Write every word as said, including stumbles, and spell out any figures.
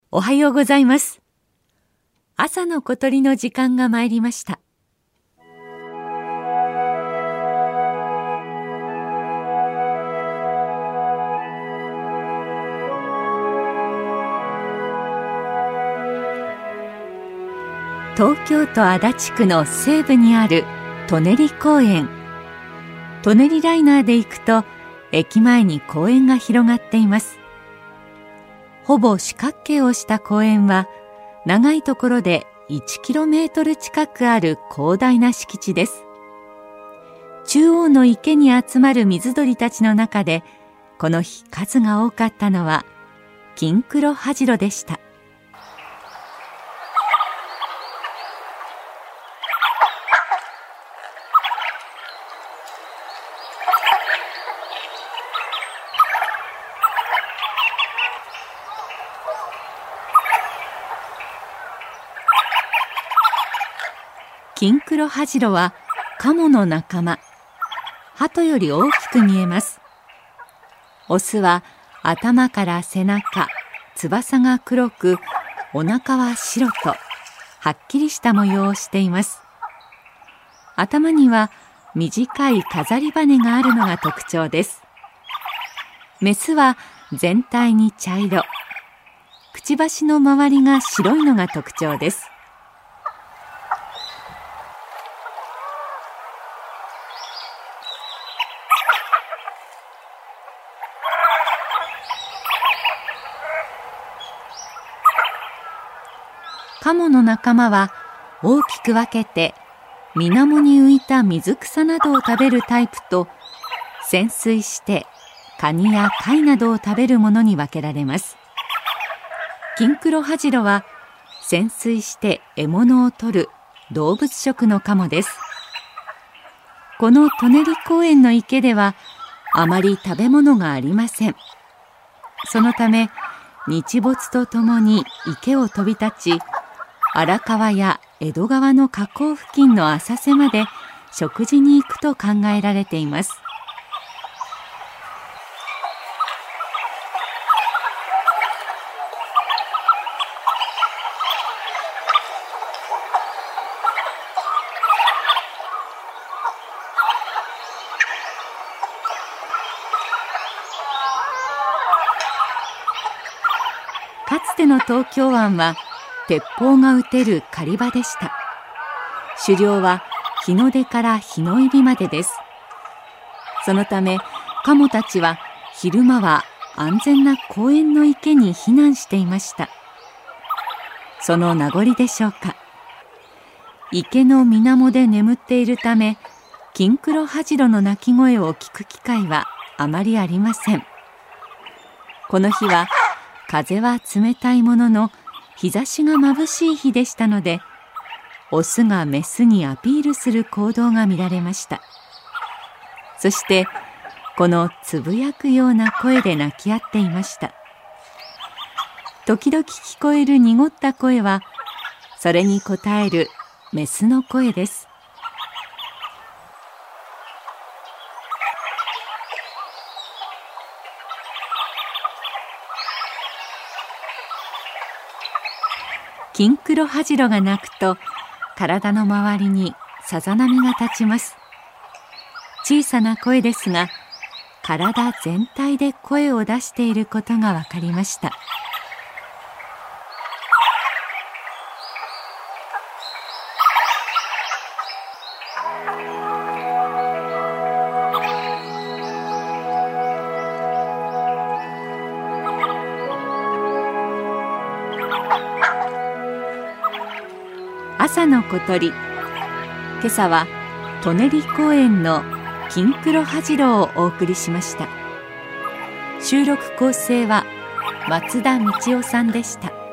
おはようございます。朝の小鳥の時間が参りました。東京都足立区の西部にある舎人公園。舎人ライナーで行くと駅前に公園が広がっています。ほぼ四角形をした公園は長いところでいちキロメートル近くある広大な敷地です。中央の池に集まる水鳥たちの中でこの日数が多かったのはキンクロハジロでした。キンクロハジロはカモの仲間。鳩より大きく見えます。オスは頭から背中、翼が黒く、お腹は白とはっきりした模様をしています。頭には短い飾り羽があるのが特徴です。メスは全体に茶色、くちばしの周りが白いのが特徴です。カモの仲間は大きく分けて水面に浮いた水草などを食べるタイプと潜水してカニや貝などを食べるものに分けられます。キンクロハジロは潜水して獲物を取る動物食のカモです。この舎人公園の池ではあまり食べ物がありません。そのため日没とともに池を飛び立ち、荒川や江戸川の河口付近の浅瀬まで食事に行くと考えられています。かつての東京湾は鉄砲が撃てる狩り場でした。狩猟は日の出から日の入りまでです。そのためカモたちは昼間は安全な公園の池に避難していました。その名残でしょうか。池の水面で眠っているためキンクロハジロの鳴き声を聞く機会はあまりありません。この日は風は冷たいものの日差しが眩しい日でしたので、オスがメスにアピールする行動が見られました。そしてこのつぶやくような声で鳴き合っていました。時々聞こえる濁った声はそれに応えるメスの声です。キンクロハジロが鳴くと体の周りにさざ波が立ちます。小さな声ですが体全体で声を出していることが分かりました。朝の小鳥。今朝は舎人公園のキンクロハジロをお送りしました。収録構成は松田道夫さんでした。